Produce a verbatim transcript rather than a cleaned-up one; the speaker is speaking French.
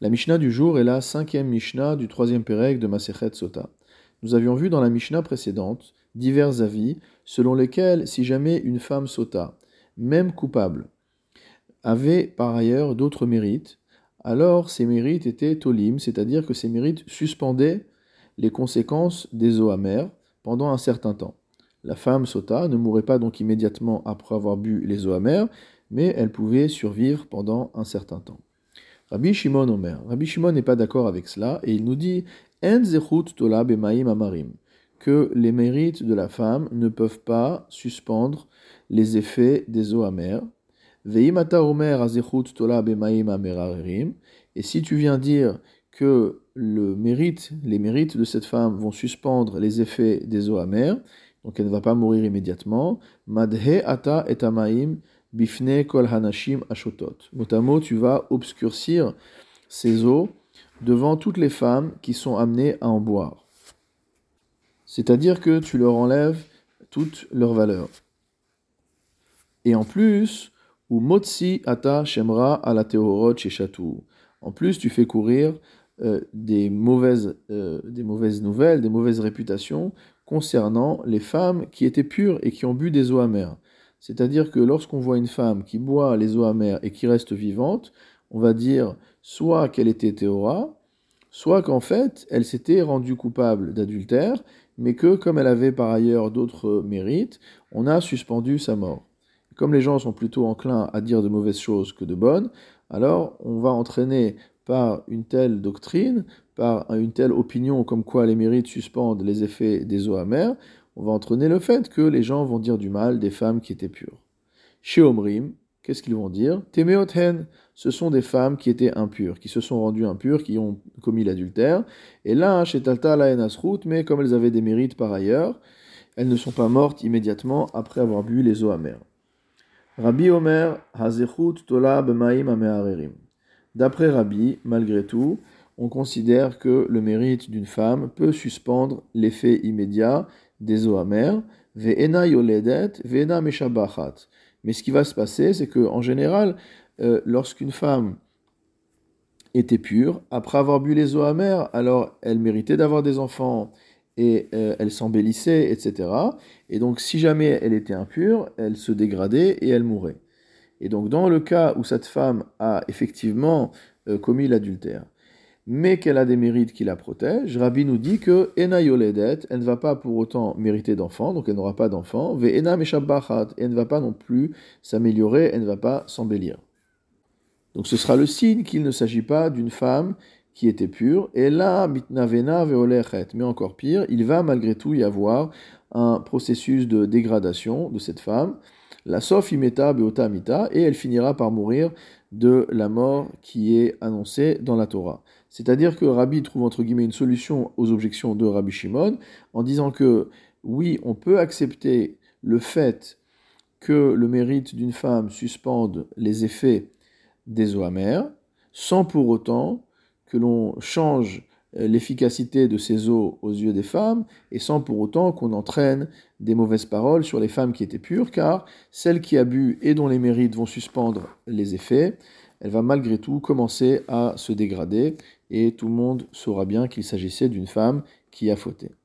La Mishnah du jour est la cinquième Mishnah du troisième Pérec de Masechet Sota. Nous avions vu dans la Mishnah précédente divers avis selon lesquels si jamais une femme Sota, même coupable, avait par ailleurs d'autres mérites, alors ces mérites étaient tolim, c'est-à-dire que ces mérites suspendaient les conséquences des eaux amères pendant un certain temps. La femme Sota ne mourrait pas donc immédiatement après avoir bu les eaux amères, mais elle pouvait survivre pendant un certain temps. Rabbi Shimon Omer. Rabbi Shimon n'est pas d'accord avec cela et il nous dit En zechut tola b'maim amarim, que les mérites de la femme ne peuvent pas suspendre les effets des eaux amères. Veimata Omer azechut tola b'maim amerarim. Et si tu viens dire que le mérite, les mérites de cette femme vont suspendre les effets des eaux amères, donc elle ne va pas mourir immédiatement, madhe ata et amaim bifne kol hanashim ashotot. Mot à mot, tu vas obscurcir ces eaux devant toutes les femmes qui sont amenées à en boire. C'est-à-dire que tu leur enlèves toute leur valeur. Et en plus, ou motsi ata shemra ala teorot sheshatu. En plus, tu fais courir euh, des mauvaises, euh, des mauvaises nouvelles, des mauvaises réputations concernant les femmes qui étaient pures et qui ont bu des eaux amères. C'est-à-dire que lorsqu'on voit une femme qui boit les eaux amères et qui reste vivante, on va dire soit qu'elle était théora, soit qu'en fait, elle s'était rendue coupable d'adultère, mais que comme elle avait par ailleurs d'autres mérites, on a suspendu sa mort. Comme les gens sont plutôt enclins à dire de mauvaises choses que de bonnes, alors on va entraîner par une telle doctrine, par une telle opinion comme quoi les mérites suspendent les effets des eaux amères, on va entraîner le fait que les gens vont dire du mal des femmes qui étaient pures. Chez Omrim, qu'est-ce qu'ils vont dire ? Temeothen, ce sont des femmes qui étaient impures, qui se sont rendues impures, qui ont commis l'adultère. Et là, chez Talta la Enasrut, mais comme elles avaient des mérites par ailleurs, elles ne sont pas mortes immédiatement après avoir bu les eaux amères. Rabbi Omer, Hazechut Tola B'maim Ameharerim. D'après Rabbi, malgré tout, on considère que le mérite d'une femme peut suspendre l'effet immédiat des eaux amères, ve'ena yoledet, ve'ena meshabachat. Mais ce qui va se passer, c'est que en général, euh, lorsqu'une femme était pure, après avoir bu les eaux amères, alors elle méritait d'avoir des enfants et euh, elle s'embellissait, et cetera. Et donc, si jamais elle était impure, elle se dégradait et elle mourait. Et donc, dans le cas où cette femme a effectivement euh, commis l'adultère, mais qu'elle a des mérites qui la protègent, Rabbi nous dit que Ena Yoledet, elle ne va pas pour autant mériter d'enfants, donc elle n'aura pas d'enfants, Ve Ena Meshabbachat, et elle ne va pas non plus s'améliorer, elle ne va pas s'embellir. Donc ce sera le signe qu'il ne s'agit pas d'une femme qui était pure, et là, mitnavena veolechet, mais encore pire, il va malgré tout y avoir un processus de dégradation de cette femme, la sof imeta beota mita, et elle finira par mourir de la mort qui est annoncée dans la Torah. C'est-à-dire que Rabbi trouve entre guillemets une solution aux objections de Rabbi Shimon en disant que oui, on peut accepter le fait que le mérite d'une femme suspende les effets des eaux amères, sans pour autant que l'on change l'efficacité de ces eaux aux yeux des femmes, et sans pour autant qu'on entraîne des mauvaises paroles sur les femmes qui étaient pures, car celle qui a bu et dont les mérites vont suspendre les effets, elle va malgré tout commencer à se dégrader, et tout le monde saura bien qu'il s'agissait d'une femme qui a fauté.